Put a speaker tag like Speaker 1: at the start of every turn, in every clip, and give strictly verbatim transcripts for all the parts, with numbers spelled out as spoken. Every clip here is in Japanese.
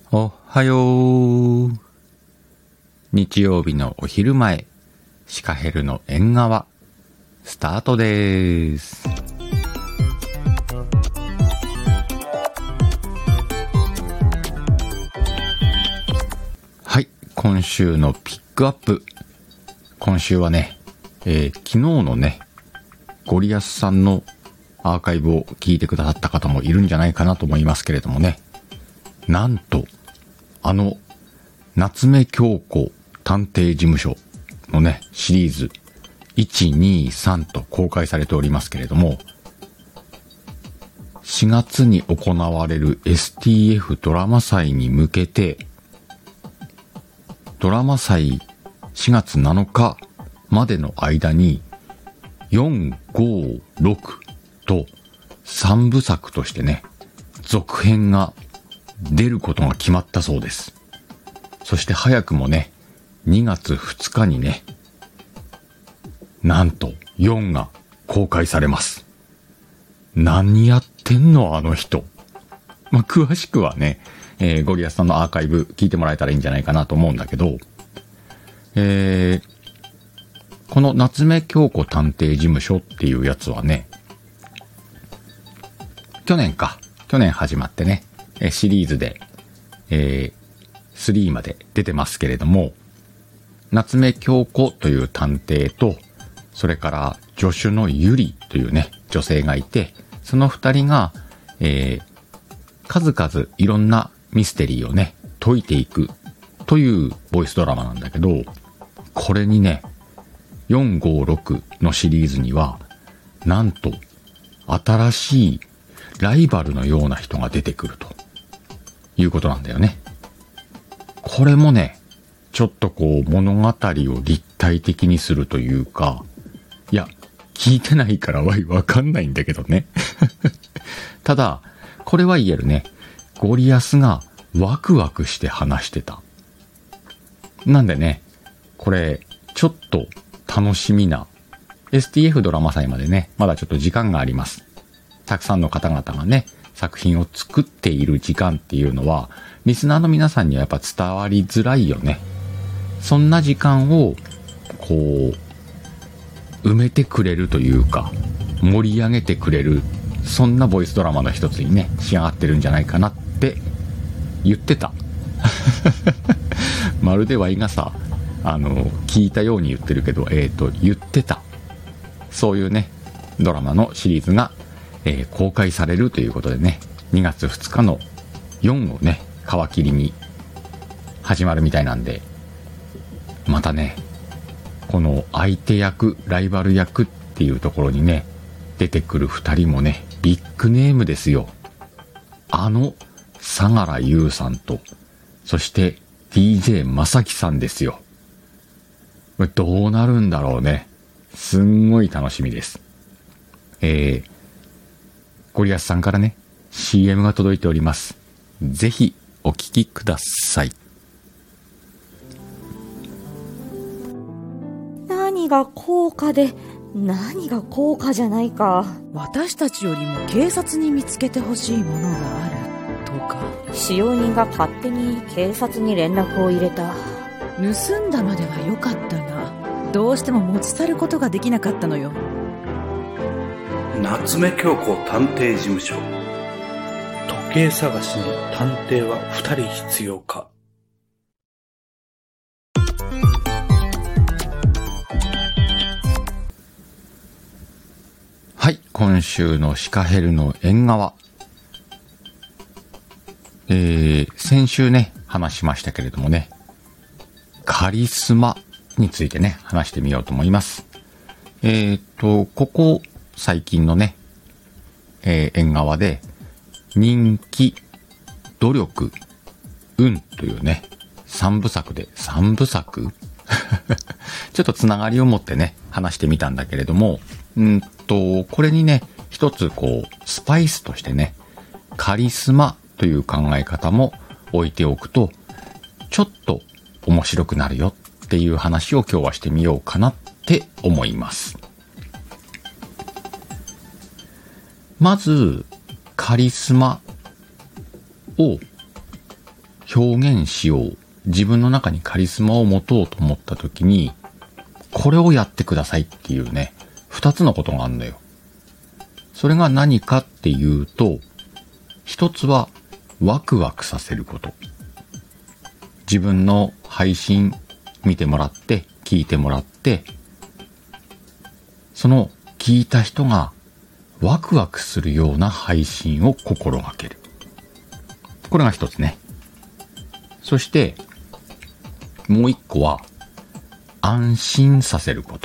Speaker 1: おはよう。日曜日のお昼前、シカヘルの縁側、スタートです。はい、今週のピックアップ。今週はね、えー、昨日のね、ゴリアスさんのアーカイブを聞いてくださった方もいるんじゃないかなと思いますけれどもね、なんと、あの、夏目京子探偵事務所のね、シリーズいち、に、さんと公開されておりますけれども、しがつに行われる エスティーエフ ドラマ祭に向けて、ドラマ祭しがつなのかまでの間によん、ご、ろくとさんぶさくとしてね、続編が出ることが決まったそうです。そして早くもね、にがつふつかにね、なんとよんが公開されます。何やってんのあの人。まあ、詳しくはね、えー、ゴリアスさんのアーカイブ聞いてもらえたらいいんじゃないかなと思うんだけど、えー、この夏目京子探偵事務所っていうやつはね、去年か、去年始まってね、シリーズで、えー、スリーまで出てますけれども、夏目京子という探偵と、それから助手のゆりというね、女性がいて、その二人が、えー、数々いろんなミステリーをね、解いていくというボイスドラマなんだけど、これにね、よん、ご、ろくのシリーズには、なんと、新しいライバルのような人が出てくるということなんだよね。これもね、ちょっとこう物語を立体的にするというか、いや、聞いてないからわかんないんだけどね。ただ、これは言えるね。ゴリアスがワクワクして話してた。なんでね、これ、ちょっと楽しみな エスティーエフ ドラマ祭までね、まだちょっと時間があります。たくさんの方々がね、作品を作っている時間っていうのは、リスナーの皆さんにはやっぱ伝わりづらいよね。そんな時間を、こう、埋めてくれるというか、盛り上げてくれる、そんなボイスドラマの一つにね、仕上がってるんじゃないかなって言ってた。まるでワイがさ、あの、聞いたように言ってるけど、えっと、言ってた。そういうね、ドラマのシリーズが、えー、公開されるということでね、にがつふつかのよんをね、皮切りに始まるみたいなんで、またね、この相手役、ライバル役っていうところにね、出てくる二人もね、ビッグネームですよ。あの相良優さんと、そして ディージェー まさきさんですよ。どうなるんだろうね。すんごい楽しみです。えー、ゴリアスさんからね、シーエム が届いております。ぜひお聞きください。
Speaker 2: 何が高価で何が高価じゃないか。
Speaker 3: 私たちよりも警察に見つけてほしいものがあるとか。
Speaker 2: 使用人が勝手に警察に連絡を入れた。
Speaker 3: 盗んだまでは良かったが、どうしても持ち去ることができなかったのよ。
Speaker 4: 夏目京子探偵事務所。時計探しに探偵はふたり必要か。
Speaker 1: はい、今週のシカヘルの縁側。えー、先週ね、話しましたけれどもね、カリスマについてね、話してみようと思います。えーと、ここ最近のね、えー、縁側で、人気、努力、運というね、三部作で、三部作ちょっとつながりを持ってね、話してみたんだけれども、うんと、これにね、一つこう、スパイスとしてね、カリスマという考え方も置いておくと、ちょっと面白くなるよっていう話を今日はしてみようかなって思います。まず、カリスマを表現しよう、自分の中にカリスマを持とうと思った時に、これをやってくださいっていうね、二つのことがあるんだよ。それが何かっていうと、一つはワクワクさせること。自分の配信見てもらって、聞いてもらって、その聞いた人がワクワクするような配信を心がける。これが一つね。そして、もう一個は、安心させること。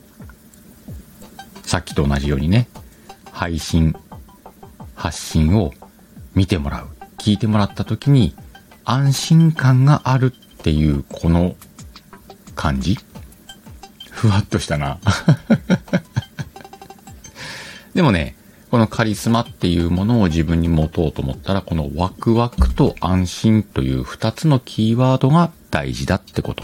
Speaker 1: さっきと同じようにね、配信、発信を見てもらう、聞いてもらった時に、安心感があるっていうこの感じ？ふわっとしたな。でもね、このカリスマっていうものを自分に持とうと思ったら、このワクワクと安心という二つのキーワードが大事だってこと。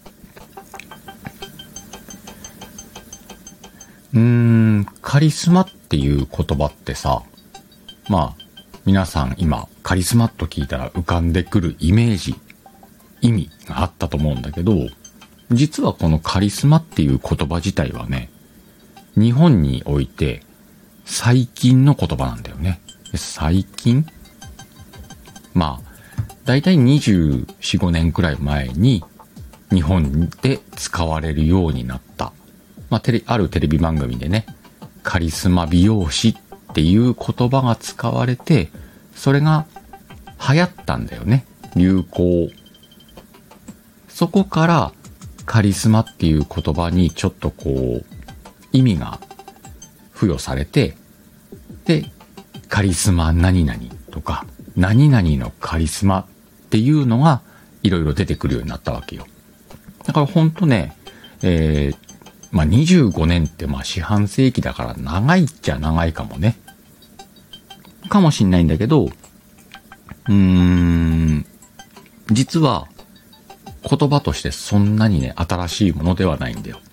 Speaker 1: うーん、カリスマっていう言葉ってさ、まあ、皆さん今、カリスマと聞いたら浮かんでくるイメージ、意味があったと思うんだけど、実はこのカリスマっていう言葉自体はね、日本において最近の言葉なんだよね。最近？まあ、だいたいにじゅうよん、ごねんくらい前に日本で使われるようになった。まあ、テレ、あるテレビ番組でね、カリスマ美容師っていう言葉が使われて、それが流行ったんだよね。流行。そこからカリスマっていう言葉にちょっとこう意味が付与されて、で、カリスマ何々とか、何々のカリスマっていうのがいろいろ出てくるようになったわけよ。だからほんとね、えー、まあ、にじゅうごねんってまあ四半世紀だから長いっちゃ長いかもね。かもしんないんだけど、うーん、実は言葉としてそんなにね、新しいものではないんだよ。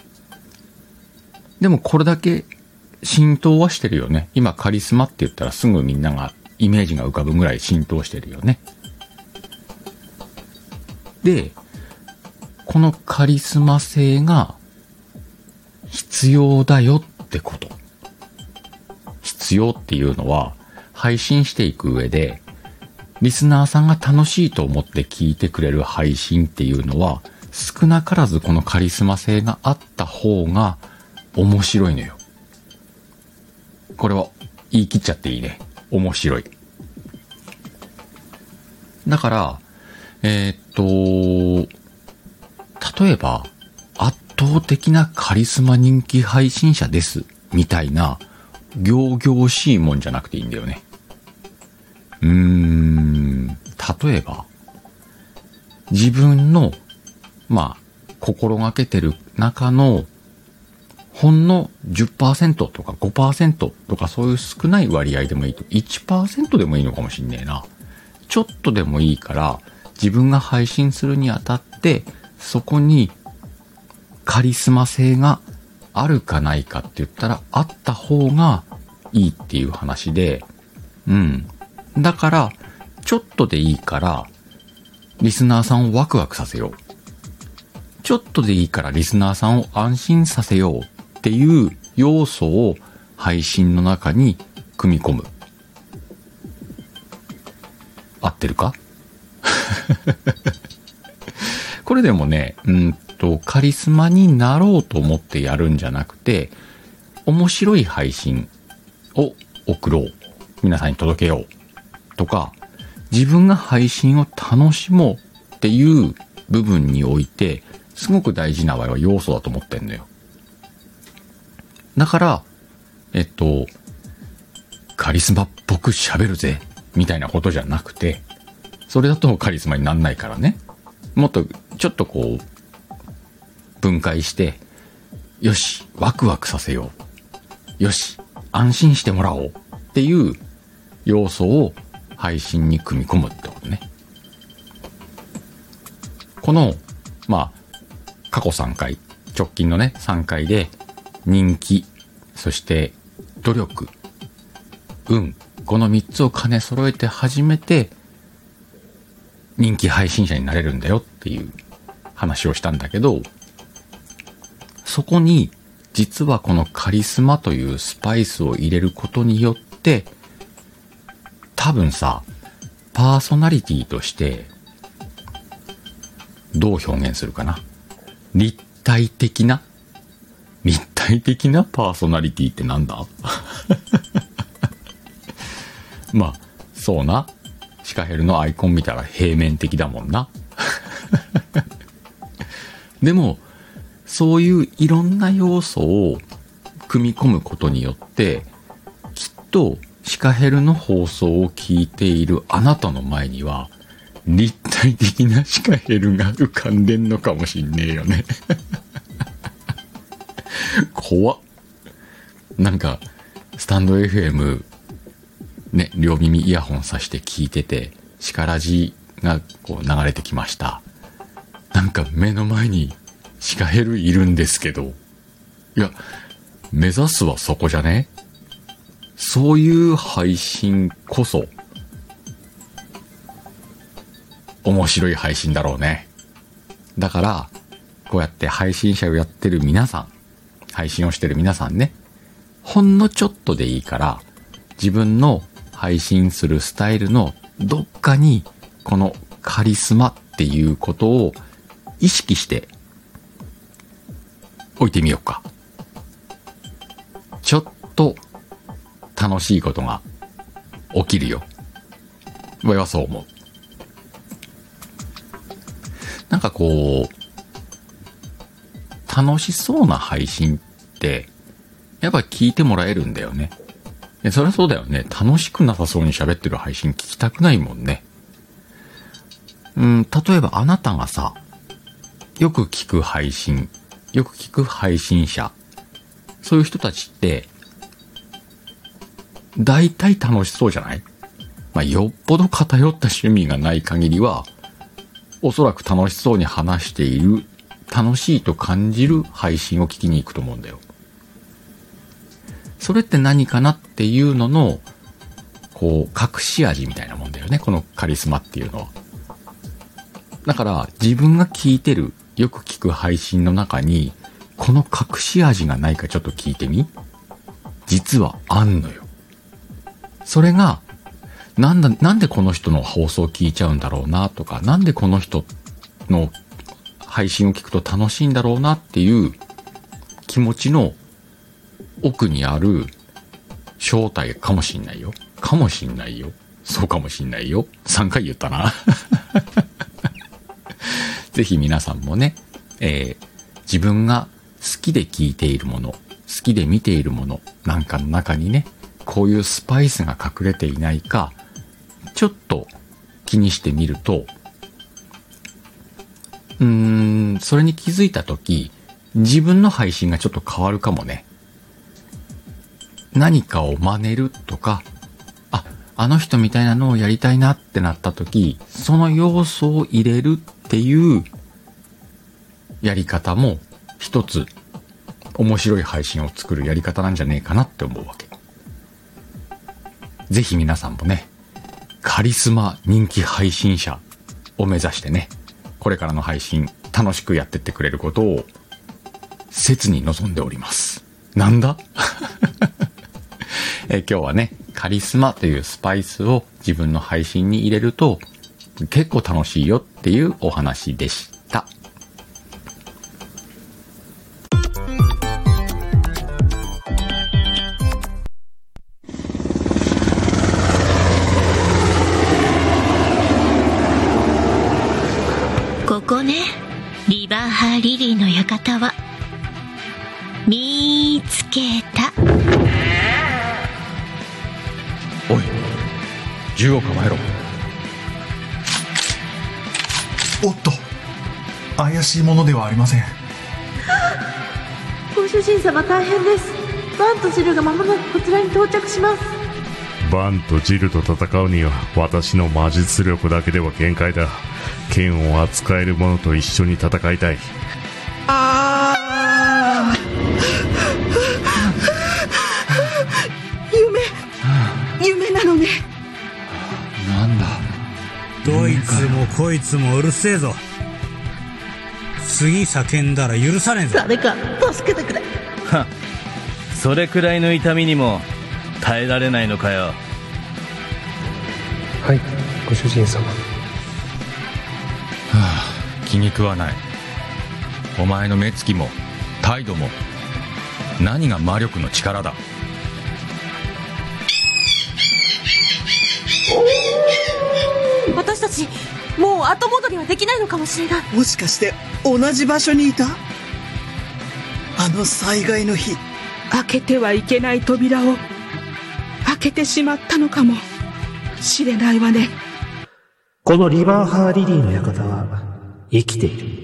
Speaker 1: でもこれだけ浸透はしてるよね。今カリスマって言ったらすぐみんながイメージが浮かぶぐらい浸透してるよね。で、このカリスマ性が必要だよってこと。必要っていうのは配信していく上でリスナーさんが楽しいと思って聞いてくれる配信っていうのは少なからずこのカリスマ性があった方が面白いのよ。これは言い切っちゃっていいね。面白い。だから、えー、っと、例えば圧倒的なカリスマ人気配信者ですみたいな仰々しいもんじゃなくていいんだよね。うーん、例えば自分のまあ心がけてる中のほんの じゅっパーセント とか ごパーセント とかそういう少ない割合でもいいと いちパーセント でもいいのかもしんねえな。ちょっとでもいいから自分が配信するにあたってそこにカリスマ性があるかないかって言ったらあった方がいいっていう話で、うん。だからちょっとでいいからリスナーさんをワクワクさせよう。ちょっとでいいからリスナーさんを安心させようっていう要素を配信の中に組み込む。合ってるか？これでもね、うんとカリスマになろうと思ってやるんじゃなくて、面白い配信を送ろう、皆さんに届けようとか、自分が配信を楽しもうっていう部分においてすごく大事なは要素だと思ってんのよ。だからえっとカリスマっぽく喋るぜみたいなことじゃなくて、それだとカリスマになんないからね。もっとちょっとこう分解して、よしワクワクさせよう、よし安心してもらおうっていう要素を配信に組み込むってことね。このまあ過去さんかい、直近のねさんかいで人気、そして努力、運、このみっつを兼ね揃えて初めて人気配信者になれるんだよっていう話をしたんだけど、そこに実はこのカリスマというスパイスを入れることによって、多分さ、パーソナリティとしてどう表現するかな、立体的な立体的なパーソナリティってなんだまあそうな、シカヘルのアイコン見たら平面的だもんなでもそういういろんな要素を組み込むことによって、きっとシカヘルの放送を聞いているあなたの前には立体的なシカヘルが浮かんでんのかもしんねえよね怖っ。なんかスタンド エフエム ね、両耳イヤホンさして聞いてて、シカラジがこう流れてきました。なんか目の前にシカヘルいるんですけど、いや目指すはそこじゃね。そういう配信こそ面白い配信だろうね。だからこうやって配信者をやってる皆さん、配信をしてる皆さんね、ほんのちょっとでいいから自分の配信するスタイルのどっかにこのカリスマっていうことを意識して置いてみようか。ちょっと楽しいことが起きるよ。俺はそう思う。なんかこう楽しそうな配信ってやっぱり聞いてもらえるんだよね。そりゃそうだよね。楽しくなさそうに喋ってる配信聞きたくないもんね。うん、例えばあなたがさ、よく聞く配信、よく聞く配信者、そういう人たちって大体楽しそうじゃない？まあ、よっぽど偏った趣味がない限りはおそらく楽しそうに話している、楽しいと感じる配信を聞きに行くと思うんだよ。それって何かなっていうののこう隠し味みたいなもんだよね、このカリスマっていうのは。だから自分が聞いてる、よく聞く配信の中にこの隠し味がないかちょっと聞いてみ。実はあんのよ。それがなんだ、なんでこの人の放送を聞いちゃうんだろうなとか、なんでこの人の配信を聞くと楽しいんだろうなっていう気持ちの奥にある正体かもしんないよ。かもしんないよ。そうかもしんないよ。さんかい言ったな。ぜひ皆さんもね、えー、自分が好きで聞いているもの、好きで見ているものなんかの中にね、こういうスパイスが隠れていないか、ちょっと気にしてみると、うーん、それに気づいたとき、自分の配信がちょっと変わるかもね。何かを真似るとか、あ、あの人みたいなのをやりたいなってなったとき、その要素を入れるっていうやり方も一つ面白い配信を作るやり方なんじゃねえかなって思うわけ。ぜひ皆さんもね、カリスマ人気配信者を目指してね、これからの配信楽しくやってってくれることを切に望んでおります。なんだえ今日はね、カリスマというスパイスを自分の配信に入れると結構楽しいよっていうお話でした。
Speaker 5: ここね、リバーハーリリーの館は。見つけた。
Speaker 1: おい、銃を構えろ。
Speaker 6: おっと、怪しいものではありません。
Speaker 7: ご主人様大変です。バンとジルが間もなくこちらに到着します。
Speaker 8: バンとジルと戦うには私の魔術力だけでは限界だ。剣を扱える者と一緒に戦いたい。
Speaker 7: ああ夢夢なのね。
Speaker 1: なんだ、
Speaker 9: どいつもこいつもうるせえぞ。次叫んだら許さねえぞ。
Speaker 7: 誰か助けてくれ。
Speaker 10: は、それくらいの痛みにも耐えられないのかよ。
Speaker 11: はい、ご主人様。は
Speaker 1: あ、気に食わない。お前の目つきも態度も何が魔力の力だ。
Speaker 7: 私たちもう後戻りはできないのかもしれない。
Speaker 12: もしかして同じ場所にいた？あの災害の日、
Speaker 13: 開けてはいけない扉を開けてしまったのかもしれないわね。
Speaker 11: このリバーハーリリーの館は生きている。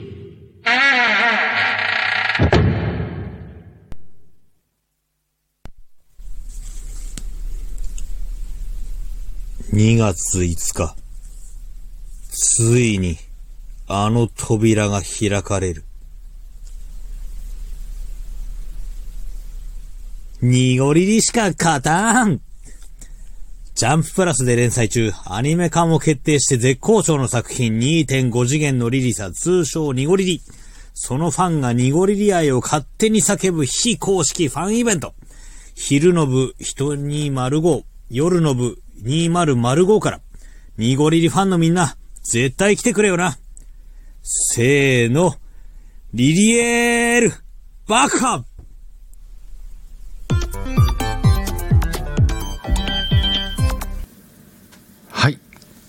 Speaker 9: にがついつか、ついにあの扉が開かれる。濁りりしか勝たん。ジャンププラスで連載中、アニメ化も決定して絶好調の作品 にてんご 次元のリリサ、通称ニゴリリ。そのファンがニゴリリ愛を勝手に叫ぶ非公式ファンイベント。昼の部にせんご、夜の部にせんごから、ニゴリリファンのみんな、絶対来てくれよな。せーの、リリエール、爆破！
Speaker 1: はい。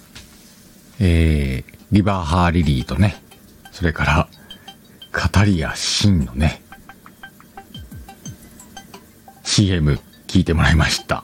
Speaker 1: えー、リバーハーリリーとね、それから、カタリア・シンのね、シーエム 聞いてもらいました。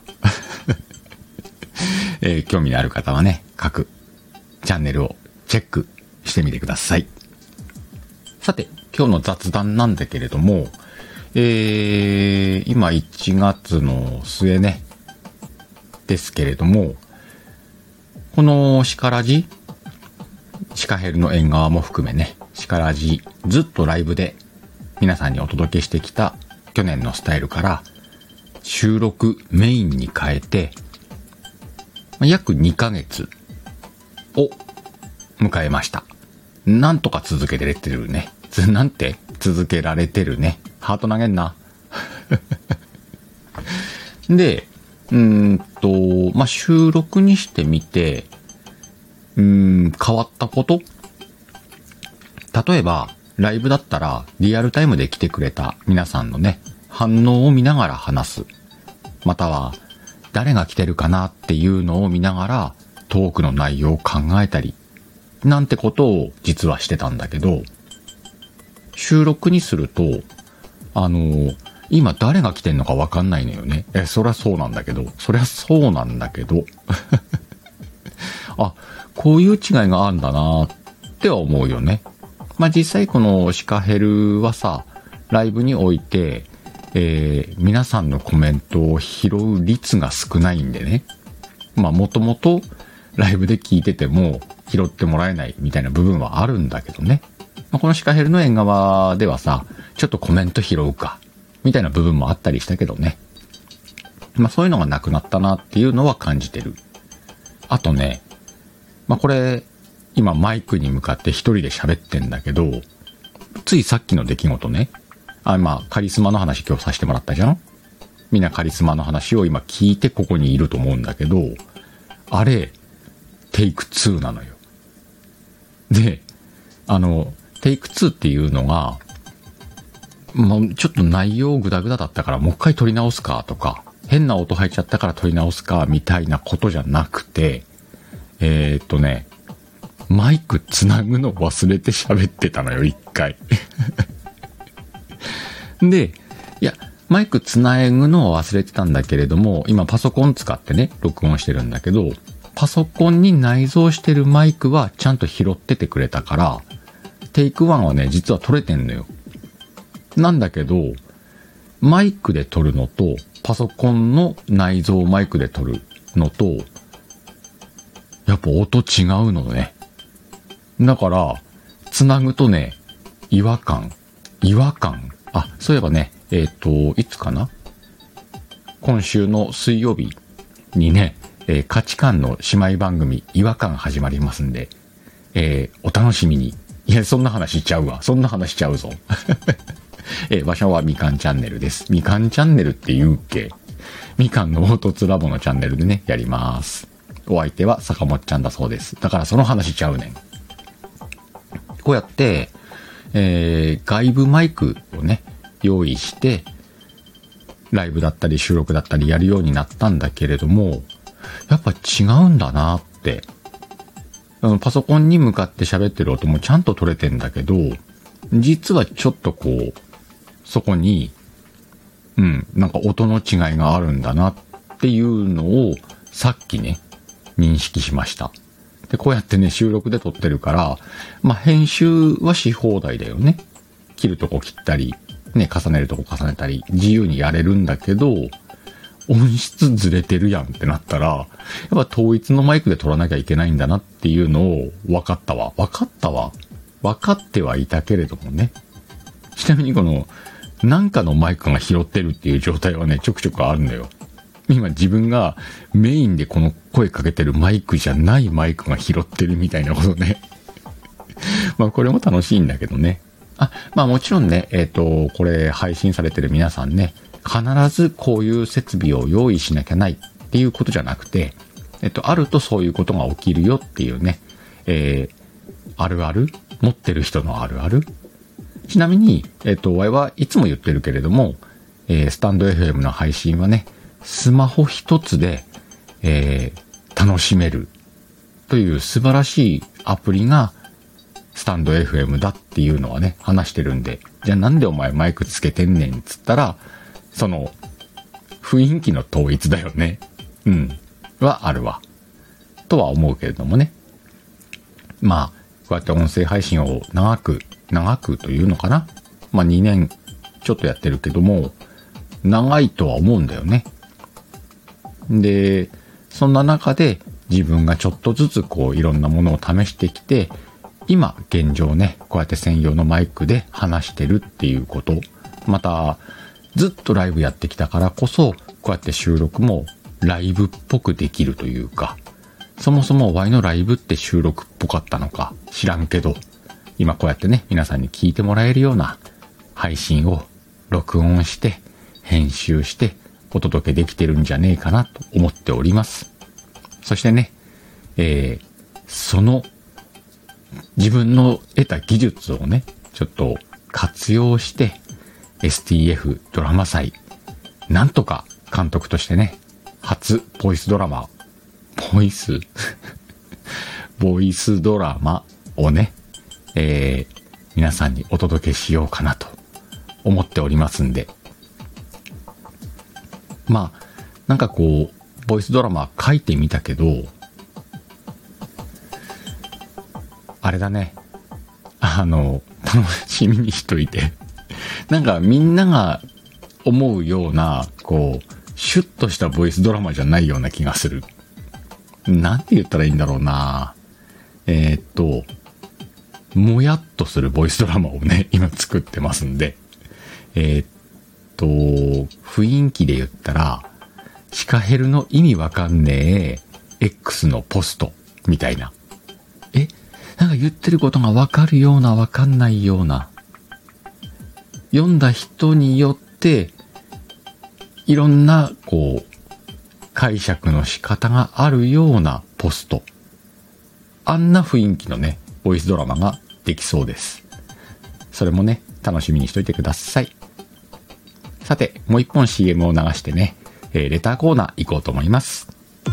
Speaker 1: えー、興味のある方はね、各チャンネルをチェックしてみてください。さて、今日の雑談なんだけれども、えー、今いちがつの末ね、ですけれども、このシカラジ、シカヘルの縁側も含めね、シカラジずっとライブで皆さんにお届けしてきた去年のスタイルから収録メインに変えて、約にかげつを迎えました。なんとか続けてれてるね。なんて続けられてるね。ハート投げんな。で、うーんと、まあ、収録にしてみて、うーん、変わったこと？例えば、ライブだったらリアルタイムで来てくれた皆さんのね、反応を見ながら話す。または、誰が来てるかなっていうのを見ながらトークの内容を考えたりなんてことを実はしてたんだけど、収録にするとあの今誰が来てんのかわかんないのよね。えそりゃそうなんだけどそりゃそうなんだけどあ、こういう違いがあるんだなっては思うよね。まあ実際このシカヘルはさ、ライブにおいてえー、皆さんのコメントを拾う率が少ないんでね。まあもともとライブで聞いてても拾ってもらえないみたいな部分はあるんだけどね。まあ、このシカヘルの縁側ではさ、ちょっとコメント拾うかみたいな部分もあったりしたけどね。まあそういうのがなくなったなっていうのは感じてる。あとね、まあこれ今マイクに向かって一人で喋ってんだけど、ついさっきの出来事ね。あ、まあ、カリスマの話今日させてもらったじゃん？みんなカリスマの話を今聞いてここにいると思うんだけど、あれ、テイクツーなのよ。で、あの、テイクツーっていうのが、もうちょっと内容グダグダだったからもう一回撮り直すかとか、変な音入っちゃったから撮り直すかみたいなことじゃなくて、えー、っとね、マイクつなぐの忘れて喋ってたのよ、一回。で、いや、マイクつなぐのを忘れてたんだけれども、今パソコン使ってね、録音してるんだけど、パソコンに内蔵してるマイクはちゃんと拾っててくれたから、テイクワンはね、実は撮れてんのよ。なんだけど、マイクで撮るのと、パソコンの内蔵マイクで撮るのと、やっぱ音違うのね。だから、つなぐとね、違和感、違和感、あ、そういえばね、えっと、いつかな？今週の水曜日にね、 えー、価値観の姉妹番組、違和感始まりますんで、えー、お楽しみに。いや、そんな話しちゃうわ。そんな話しちゃうぞ。えー、場所はみかんチャンネルです。みかんチャンネルって言うっけ？みかんの凹凸ラボのチャンネルでね、やります。お相手は坂本ちゃんだそうです。だからその話しちゃうねん。こうやって、えー、外部マイクをね、用意して、ライブだったり収録だったりやるようになったんだけれども、やっぱ違うんだなって。あのパソコンに向かって喋ってる音もちゃんと取れてんだけど、実はちょっとこう、そこに、うん、なんか音の違いがあるんだなっていうのをさっきね、認識しました。で、こうやってね、収録で撮ってるから、まあ、編集はし放題だよね。切るとこ切ったり、ね、重ねるとこ重ねたり、自由にやれるんだけど、音質ずれてるやんってなったら、やっぱ統一のマイクで撮らなきゃいけないんだなっていうのを分かったわ。分かったわ。分かってはいたけれどもね。ちなみにこの、なんかのマイクが拾ってるっていう状態はね、ちょくちょくあるんだよ。今自分がメインでこの声かけてるマイクじゃないマイクが拾ってるみたいなことね。まあこれも楽しいんだけどね。あ、まあもちろんね、えっと、これ配信されてる皆さんね、必ずこういう設備を用意しなきゃないっていうことじゃなくて、えっと、あるとそういうことが起きるよっていうね、えー、あるある持ってる人のあるあるちなみに、えっと、我はいつも言ってるけれども、えー、スタンド エフエム の配信はね、スマホ一つで、えー、楽しめるという素晴らしいアプリがスタンド エフエム だっていうのはね、話してるんで、じゃあなんでお前マイクつけてんねんっつったら、その、雰囲気の統一だよね。うん。はあるわ。とは思うけれどもね。まあ、こうやって音声配信を長く、長くというのかな。まあにねんちょっとやってるけども、長いとは思うんだよね。で、そんな中で自分がちょっとずつこういろんなものを試してきて、今現状ね、こうやって専用のマイクで話してるっていうこと。また、ずっとライブやってきたからこそ、こうやって収録もライブっぽくできるというか、そもそも Y のライブって収録っぽかったのか知らんけど、今こうやってね、皆さんに聞いてもらえるような配信を録音して、編集してお届けできてるんじゃねえかなと思っております。そしてね、えー、その自分の得た技術をね、ちょっと活用して、エスティーエフ ドラマ祭、なんとか監督としてね、初ボイスドラマ、ボイスボイスドラマをね、えー、皆さんにお届けしようかなと思っておりますんで、まあ、なんかこう、ボイスドラマ書いてみたけど、あれだね、あの、楽しみにしといて。なんかみんなが思うような、こう、シュッとしたボイスドラマじゃないような気がする。なんて言ったらいいんだろうな。えー、っと、もやっとするボイスドラマをね、今作ってますんで。えー、っと、雰囲気で言ったら、シカヘルの意味わかんねえ X のポストみたいな。え、なんか言ってることがわかるようなわかんないような。読んだ人によっていろんなこう解釈の仕方があるようなポスト、あんな雰囲気のねボイスドラマができそうです。それもね楽しみにしといてください。さてもう一本 シーエム を流してね、えー、レターコーナー行こうと思います。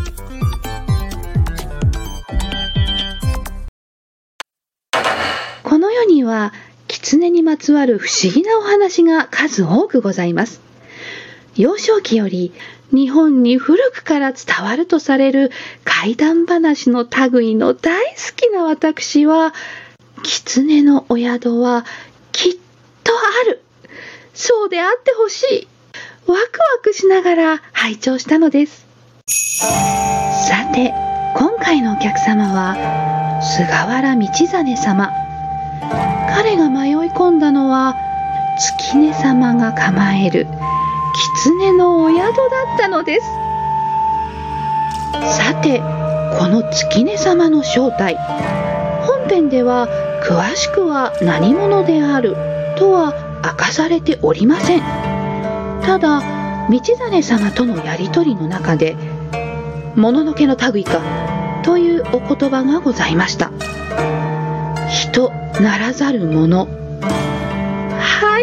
Speaker 14: この世には狐にまつわる不思議なお話が数多くございます。幼少期より日本に古くから伝わるとされる怪談話の類の大好きな私は、狐のお宿はきっとある、そうであってほしい、ワクワクしながら拝聴したのです。さて今回のお客様は菅原道真様。彼が迷い込んだのは月音様が構える狐のお宿だったのです。 さて、この月音様の正体、本編では詳しくは何者であるとは明かされておりません。ただ、道真様とのやりとりの中で、もののけの類かというお言葉がございました。人ならざるもの。はい、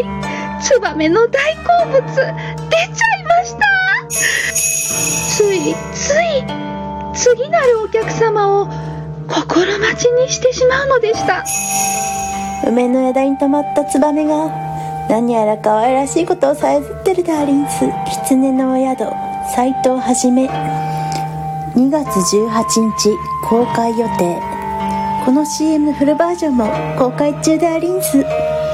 Speaker 14: ツバメの大好物出ちゃいました。ついつい次なるお客様を心待ちにしてしまうのでした。
Speaker 15: 梅の枝に止まったツバメが何やら可愛らしいことをさえずってるダーリンス。狐のお宿斎藤はじめ、にがつじゅうはちにち公開予定。この シーエム のフルバージョンも公開中でありんす。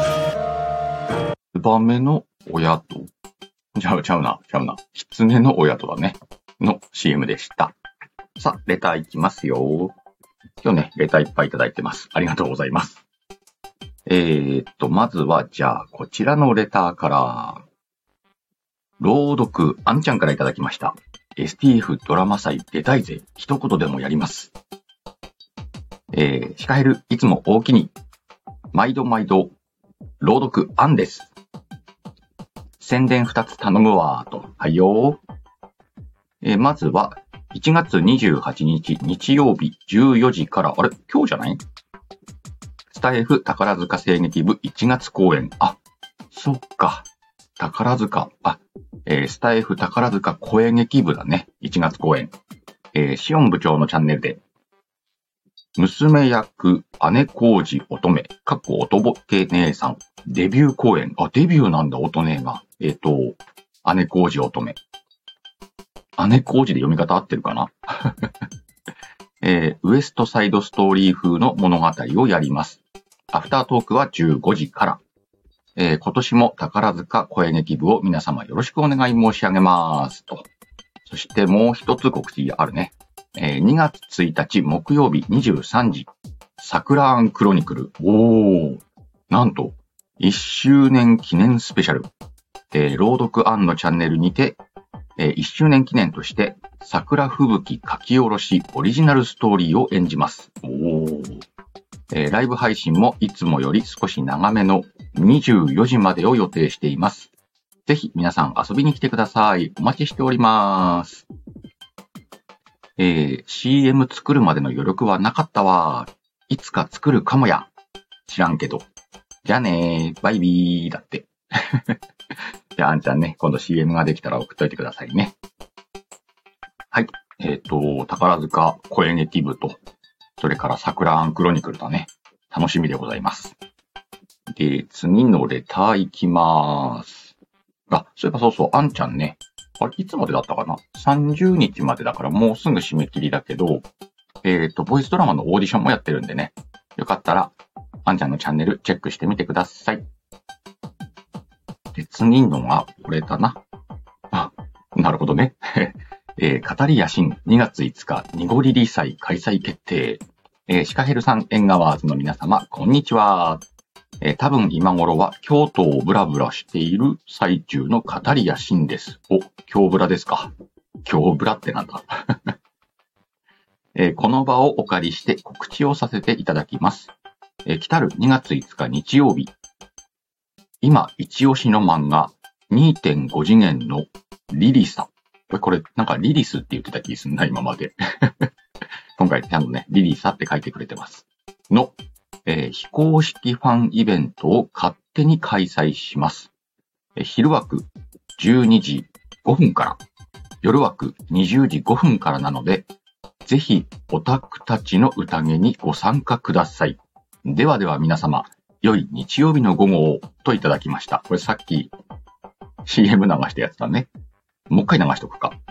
Speaker 1: ツバメのお宿ちゃうちゃうな、ちゃうな。狐のお宿だね。の シーエム でした。さあ、レターいきますよ。今日ね、レターいっぱいいただいてます。ありがとうございます。えーっと、まずは、じゃあ、こちらのレターから、朗読、あんちゃんからいただきました。エスティーエフ ドラマ祭出たいぜ。一言でもやります。えー、シカヘル、いつも大きに。毎度毎度、朗読、あんです。宣伝二つ頼むわーと。はいよー。えー、まずは、いちがつにじゅうはちにち日曜日じゅうよじから、あれ今日じゃない？スタイフ宝塚声劇部いちがつ公演。あ、そっか。宝塚。あ、えー、スタイフ宝塚声劇部だね。いちがつ公演。えー、シオン部長のチャンネルで、娘役姉小路乙女、かっこおとぼけ姉さん、デビュー公演。あ、デビューなんだ、乙女が。えっと、姉小路乙女。姉小路で読み方合ってるかなえー、ウエストサイドストーリー風の物語をやります。アフタートークはじゅうごじから。えー、今年も宝塚声劇部を皆様よろしくお願い申し上げます。と。そしてもう一つ告知あるね。えー、にがつついたち木曜日にじゅうさんじ、桜庵クロニクル。おー。なんと、いっしゅうねん記念スペシャル。えー、朗読庵のチャンネルにて、えー、いっしゅうねん記念として、桜吹雪書き下ろしオリジナルストーリーを演じます。おー。えー、ライブ配信もいつもより少し長めのにじゅうよじまでを予定しています。ぜひ皆さん遊びに来てください。お待ちしております。えー、シーエム 作るまでの余力はなかったわ。いつか作るかもや。知らんけど。じゃあねー、バイビーだって。じゃあ、あんちゃんね、今度 シーエム ができたら送っといてくださいね。はい。えっと、宝塚声劇部と、それから桜庵クロニクルだね。楽しみでございます。で、次のレターいきまーす。あ、そういえばそうそう、あんちゃんね。あれ、いつまでだったかな ?さんじゅうにちまでだからもうすぐ締め切りだけど、えっと、ボイスドラマのオーディションもやってるんでね。よかったら、あんちゃんのチャンネルチェックしてみてください。で、次のが、これだな。あ、なるほどね。えー、語りやしんにがついつか、にごりり祭開催決定。えー、シカヘルさんエンガワーズの皆様、こんにちは。えー、多分今頃は京都をブラブラしている最中の語りやしんです。お、京ブラですか。京ブラってなんだ。えー、この場をお借りして告知をさせていただきます。えー、来たるにがついつか日曜日。今一押しの漫画 にてんご 次元のリリサ。これ、これなんかリリスって言ってた気すんな、今まで。今回ちゃんとね、リリサって書いてくれてます。の、えー、非公式ファンイベントを勝手に開催します。えー、昼枠じゅうにじごふんから、夜枠にじゅうじごふんからなので、ぜひオタクたちの宴にご参加ください。ではでは皆様、良い日曜日の午後をといただきました。これさっき シーエム 流したやつだね。もう一回流しとくか。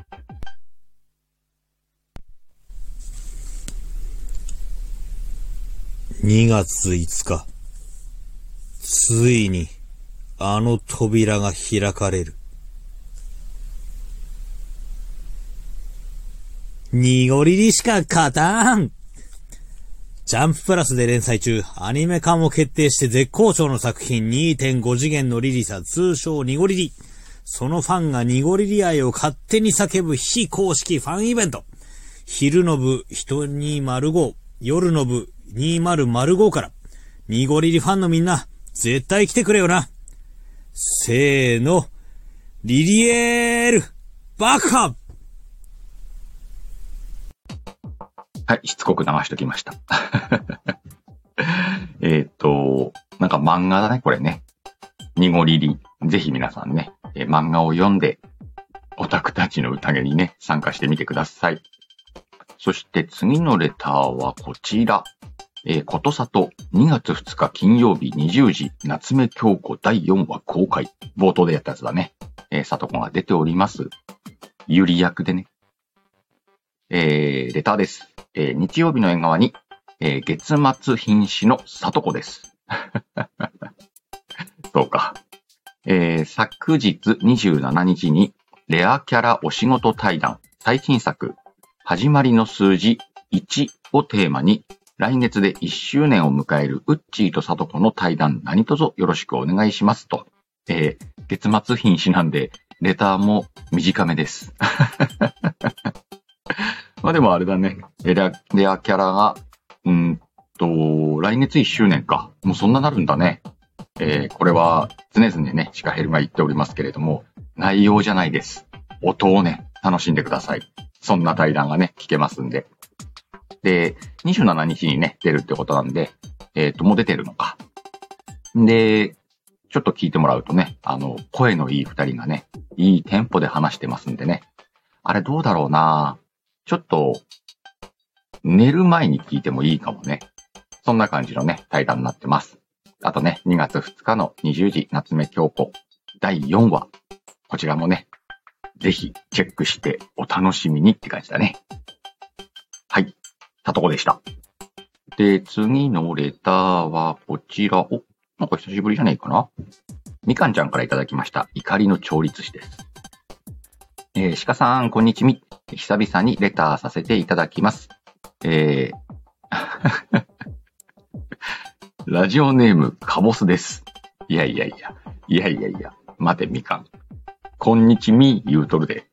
Speaker 9: にがついつか、ついにあの扉が開かれる。にごりりしか勝たん。ジャンププラスで連載中、アニメ化も決定して絶好調の作品 にてんご 次元のリリサ、通称にごりり。そのファンがにごりり愛を勝手に叫ぶ非公式ファンイベント。 昼の部いちにーまるご、夜の部にーまるまるごから、ニゴリリファンのみんな、絶対来てくれよな。せーの、リリエール、爆破！
Speaker 1: はい、しつこく流しときました。えっと、なんか漫画だね、これね。ニゴリリ。ぜひ皆さんね、えー、漫画を読んで、オタクたちの宴にね、参加してみてください。そして次のレターはこちら。えー、ことさとにがつふつか金曜日にじゅうじ、夏目京子だいよんわ公開。冒頭でやったやつだね。えー、さとこが出ております。ゆり役でね。えー、レターです。えー、日曜日の縁側に、えー、月末瀕死のさとこです。そうか。えー、昨日にじゅうしちにちに、レアキャラお仕事対談、最新作、始まりの数字いちをテーマに、来月でいっしゅうねんを迎えるウッチーとさとこの対談何卒よろしくお願いしますと。えー、月末瀕死なんで、レターも短めです。まあでもあれだね。レア、レアキャラが、うんと、来月いっしゅうねんか。もうそんななるんだね。えー、これは常々ね、シカヘルが言っておりますけれども、内容じゃないです。音をね、楽しんでください。そんな対談がね、聞けますんで。で、にじゅうしちにちにね、出るってことなんで、えっと、もう出てるのか。で、ちょっと聞いてもらうとね、あの、声のいい二人がね、いいテンポで話してますんでね。あれどうだろうなちょっと、寝る前に聞いてもいいかもね。そんな感じのね、対談になってます。あとね、にがつふつかのにじゅうじ、夏目京子だいよんわ。こちらもね、ぜひチェックしてお楽しみにって感じだね。はい。さとこでした。で、次のレターはこちら。お、なんか久しぶりじゃねえかな。みかんちゃんからいただきました。怒りの調律師です。えー、鹿さん、こんにちみ。久々にレターさせていただきます。えー、ラジオネーム、カボスです。いやいやいや、いやいやいや、待てみかん。こんにちみ言うとるで。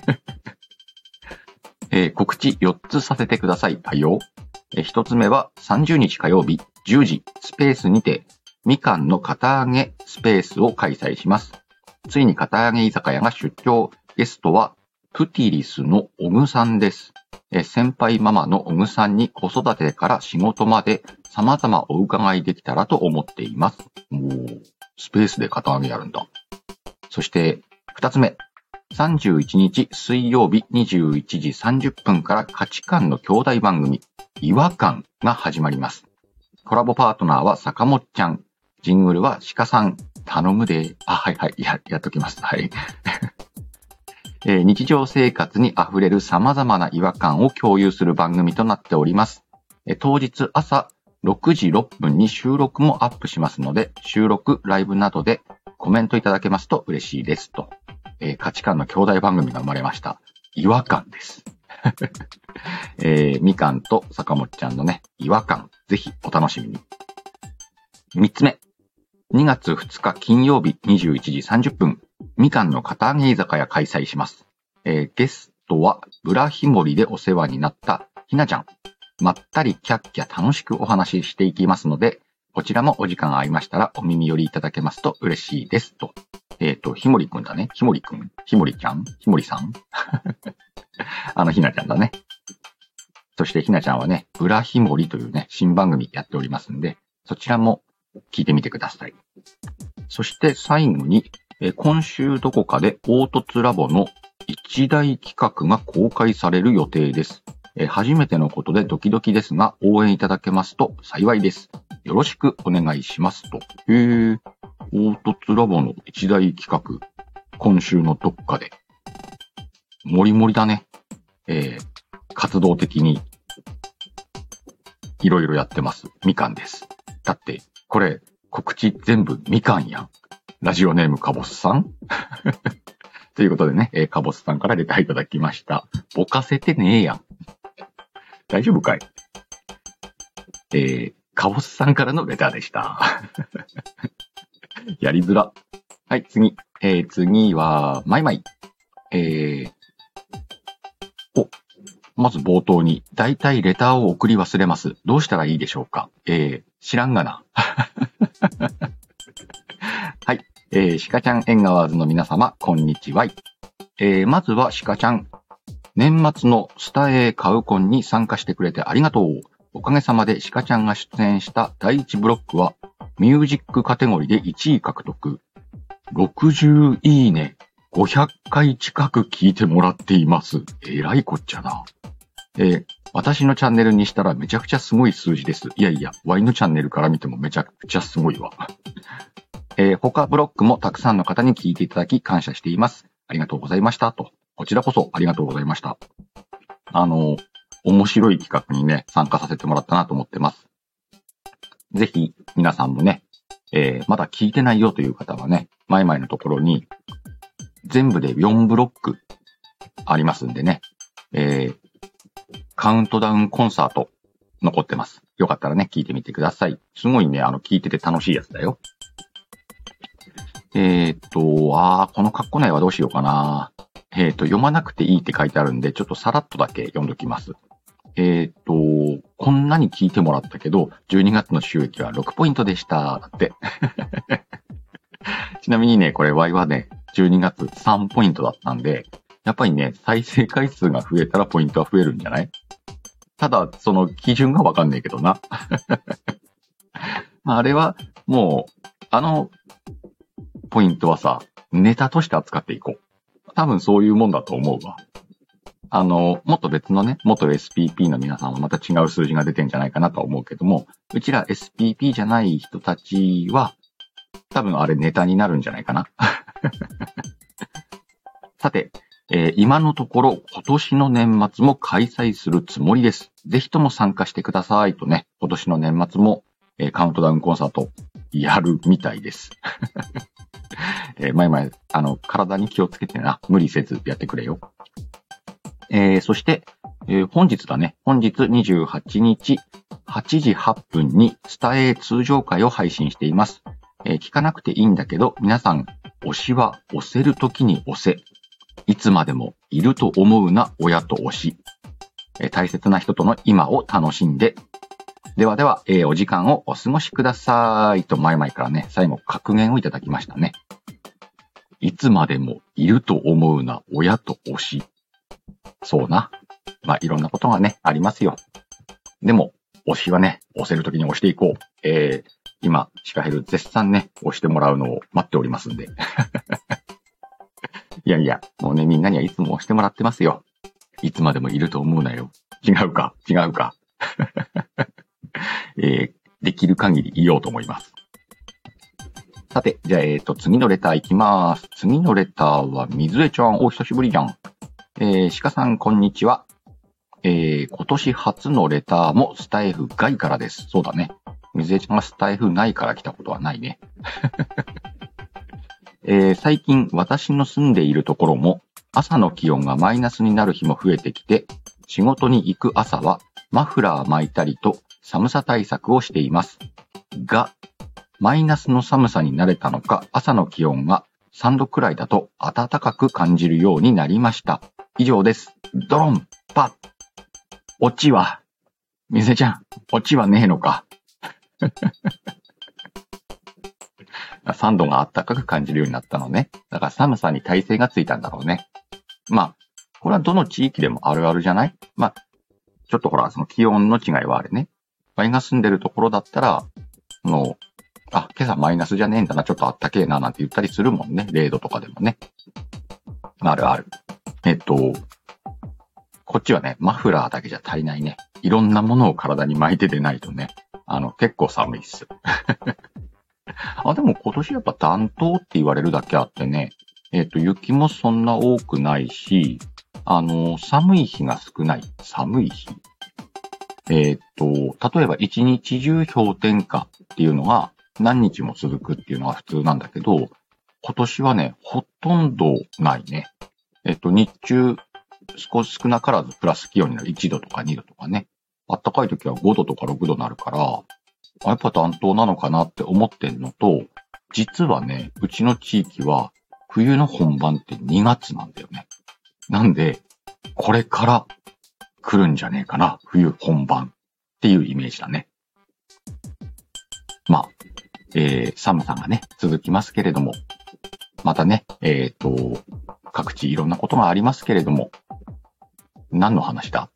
Speaker 1: えー、告知よっつさせてください。はいよ。えー、ひとつめはさんじゅうにち火曜日じゅうじスペースにてみかんの肩上げスペースを開催します。ついに肩上げ居酒屋が出張。ゲストはプティリスのオグさんです。えー、先輩ママのオグさんに子育てから仕事まで様々お伺いできたらと思っています。おー、スペースで肩上げやるんだ。そして二つ目。さんじゅういちにち水曜日にじゅういちじさんじゅっぷんから価値観の兄弟番組、違和感が始まります。コラボパートナーは坂本ちゃん。ジングルは鹿さん。頼むで。あ、はいはい。や、やっときます。はい。えー、日常生活に溢れる様々な違和感を共有する番組となっております。えー、当日朝ろくじろっぷんに収録もアップしますので、収録、ライブなどでコメントいただけますと嬉しいですと。えー、価値観の兄弟番組が生まれました。違和感です。えー、みかんと坂本ちゃんのね、違和感、ぜひお楽しみに。三つ目。にがつふつか金曜日にじゅういちじさんじゅっぷん、みかんの肩上げ居酒屋開催します。えー、ゲストは、ブラヒモリでお世話になったひなちゃん。まったりキャッキャ楽しくお話ししていきますので、こちらもお時間合いましたらお耳寄りいただけますと嬉しいですと。えっと、ひもりくんだね。ひもりくん。ひもりちゃんひもりさんあのひなちゃんだね。そしてひなちゃんはね、ブラヒモリというね、新番組やっておりますんで、そちらも聞いてみてください。そして最後に、え今週どこかで凹凸ラボの一大企画が公開される予定です。え初めてのことでドキドキですが、応援いただけますと幸いです。よろしくお願いしますと。へー、凹凸ラボの一大企画、今週のどっかで。もりもりだね。えー、活動的にいろいろやってます。みかんです。だって、これ、告知全部みかんやん。ラジオネームカボスさんということでね、えー、カボスさんからレターいただきました。ぼかせてねえやん。大丈夫かい？えー、カボスさんからのレターでした。やりづら。はい、次。えー、次は、マイマイ。えー、お、 まず冒頭に、だいたいレターを送り忘れます。どうしたらいいでしょうか？えー、知らんがな。はい。えー、鹿ちゃんエンガワーズの皆様、こんにちは。えー、まずは鹿ちゃん。年末のスタエーカウコンに参加してくれてありがとう。おかげさまで鹿ちゃんが出演しただいいちブロックは、ミュージックカテゴリーでいちい獲得。ろくじゅういいね。ごひゃっかい近く聞いてもらっています。えらいこっちゃな。えー、私のチャンネルにしたらめちゃくちゃすごい数字です。いやいや、ワイのチャンネルから見てもめちゃくちゃすごいわ。えー、他ブロックもたくさんの方に聞いていただき感謝しています。ありがとうございました。と。こちらこそありがとうございました。あの、面白い企画にね、参加させてもらったなと思ってます。ぜひ、皆さんもね、えー、まだ聞いてないよという方はね、前々のところに、全部でよんブロックありますんでね、えー、カウントダウンコンサート残ってます。よかったらね、聞いてみてください。すごいね、あの、聞いてて楽しいやつだよ。えーっと、あー、このカッコ内はどうしようかな。えーっと、読まなくていいって書いてあるんで、ちょっとさらっとだけ読んどきます。えーっと、こんなに聞いてもらったけど、じゅうにがつの収益はろくポイントでした。って。ちなみにね、これ Y はね、じゅうにがつさんポイントだったんで、やっぱりね、再生回数が増えたらポイントは増えるんじゃない？ただ、その基準がわかんないけどな。まあ、あれは、もう、あの、ポイントはさ、ネタとして扱っていこう。多分そういうもんだと思うわ。あの、もっと別のね、元 エスピーピー の皆さんはまた違う数字が出てんじゃないかなとは思うけども、うちら エスピーピー じゃない人たちは、多分あれネタになるんじゃないかな。さて、えー、今のところ今年の年末も開催するつもりです。ぜひとも参加してくださいとね、今年の年末も、えー、カウントダウンコンサートやるみたいです。えー、前々、あの、体に気をつけてな、無理せずやってくれよ。えー、そして、えー、本日だね、本日にじゅうはちにちはちじはっぷんにスタエー通常回を配信しています。えー、聞かなくていいんだけど、皆さん、推しは押せるときに押せ。いつまでもいると思うな、親と推し。えー、大切な人との今を楽しんで。ではでは、えー、お時間をお過ごしください。と前々からね、最後格言をいただきましたね。いつまでもいると思うな、親と推し。そうな。まあ、いろんなことがね、ありますよ。でも、推しはね、押せるときに押していこう。えー、今、シカヘル絶賛ね、押してもらうのを待っておりますんで。いやいや、もうね、みんなにはいつも押してもらってますよ。いつまでもいると思うなよ。違うか、違うか。えー、できる限り言おうと思います。さて、じゃあ、えーと、次のレターいきます。次のレターは、水江ちゃん、お久しぶりじゃん。えー、鹿さん、こんにちは。えー、今年初のレターもスタイフ外からです。そうだね。水江ちゃんがスタイフ内から来たことはないね。えー、最近、私の住んでいるところも、朝の気温がマイナスになる日も増えてきて、仕事に行く朝は、マフラー巻いたりと寒さ対策をしています。が、マイナスの寒さに慣れたのか、朝の気温がさんどくらいだと暖かく感じるようになりました。以上です。ドロン、パッ。オチは、水江ちゃん、オチはねえのか。さんどが暖かく感じるようになったのね。だから寒さに耐性がついたんだろうね。まあ、これはどの地域でもあるあるじゃない？まあ、ちょっとほら、その気温の違いはあれね。ワイが住んでるところだったら、もう、あ、今朝マイナスじゃねえんだな、ちょっとあったけえな、なんて言ったりするもんね。れいどとかでもね。あるある。えっと、こっちはね、マフラーだけじゃ足りないね。いろんなものを体に巻いて出ないとね、あの、結構寒いっす。あ、でも今年やっぱ暖冬って言われるだけあってね、えっと、雪もそんな多くないし、あの、寒い日が少ない。寒い日。えっと、例えば一日中氷点下っていうのが何日も続くっていうのは普通なんだけど、今年はね、ほとんどないね。えっと、日中、少し少なからずプラス気温になるいちどとかにどとかね。暖かい時はごどとかろくどになるから、やっぱ暖冬なのかなって思ってんのと、実はね、うちの地域は冬の本番ってにがつなんだよね。なんで、これから来るんじゃねえかな。冬本番っていうイメージだね。まあ、えー、寒さがね、続きますけれども、またね、えっと、各地いろんなことがありますけれども、何の話だ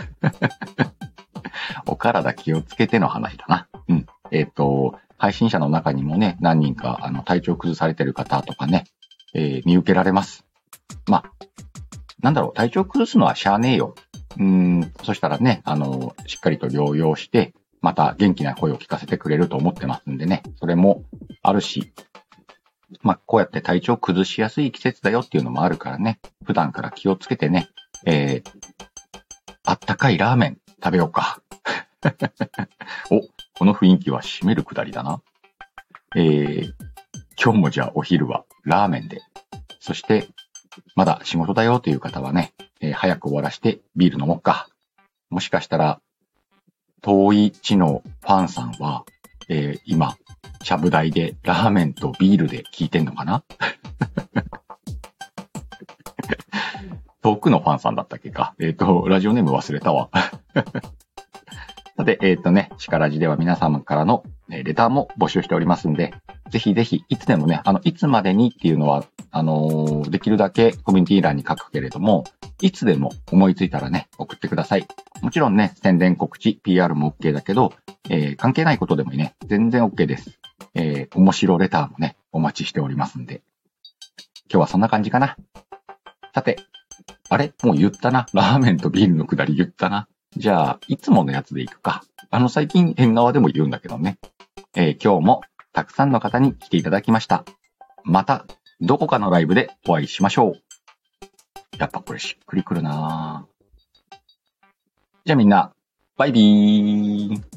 Speaker 1: お体気をつけての話だな。うん。えっと、配信者の中にもね、何人か、あの、体調崩されてる方とかね、えー、見受けられます。まあ、なんだろう、体調崩すのはしゃあねえよ。うーん、そしたらね、あの、しっかりと療養して、また元気な声を聞かせてくれると思ってますんでね、それもあるし、まあ、こうやって体調崩しやすい季節だよっていうのもあるからね、普段から気をつけてね、えー、あったかいラーメン食べようか。お、この雰囲気は締めるくだりだな。えー、今日もじゃあお昼はラーメンで、そしてまだ仕事だよという方はね、えー、早く終わらしてビール飲もうか。もしかしたら、遠い地のファンさんは、えー、今、ちゃぶ台でラーメンとビールで聞いてんのかな遠くのファンさんだったっけか。えっと、ラジオネーム忘れたわ。さて、えっとね、シカラジでは皆様からのレターも募集しておりますんで、ぜひぜひ、いつでもね、あの、いつまでにっていうのは、あのー、できるだけコミュニティ欄に書くけれども、いつでも思いついたらね、送ってください。もちろんね、宣伝告知、ピーアール も OK だけど、えー、関係ないことでもいいね、全然 OK です。えー、面白レターもね、お待ちしておりますんで。今日はそんな感じかな。さて、あれもう言ったな。ラーメンとビールのくだり言ったな。じゃあ、いつものやつでいくか。あの、最近縁側でも言うんだけどね。えー、今日もたくさんの方に来ていただきました。また、どこかのライブでお会いしましょう。やっぱこれしっくりくるなぁ。じゃあみんな、バイビー。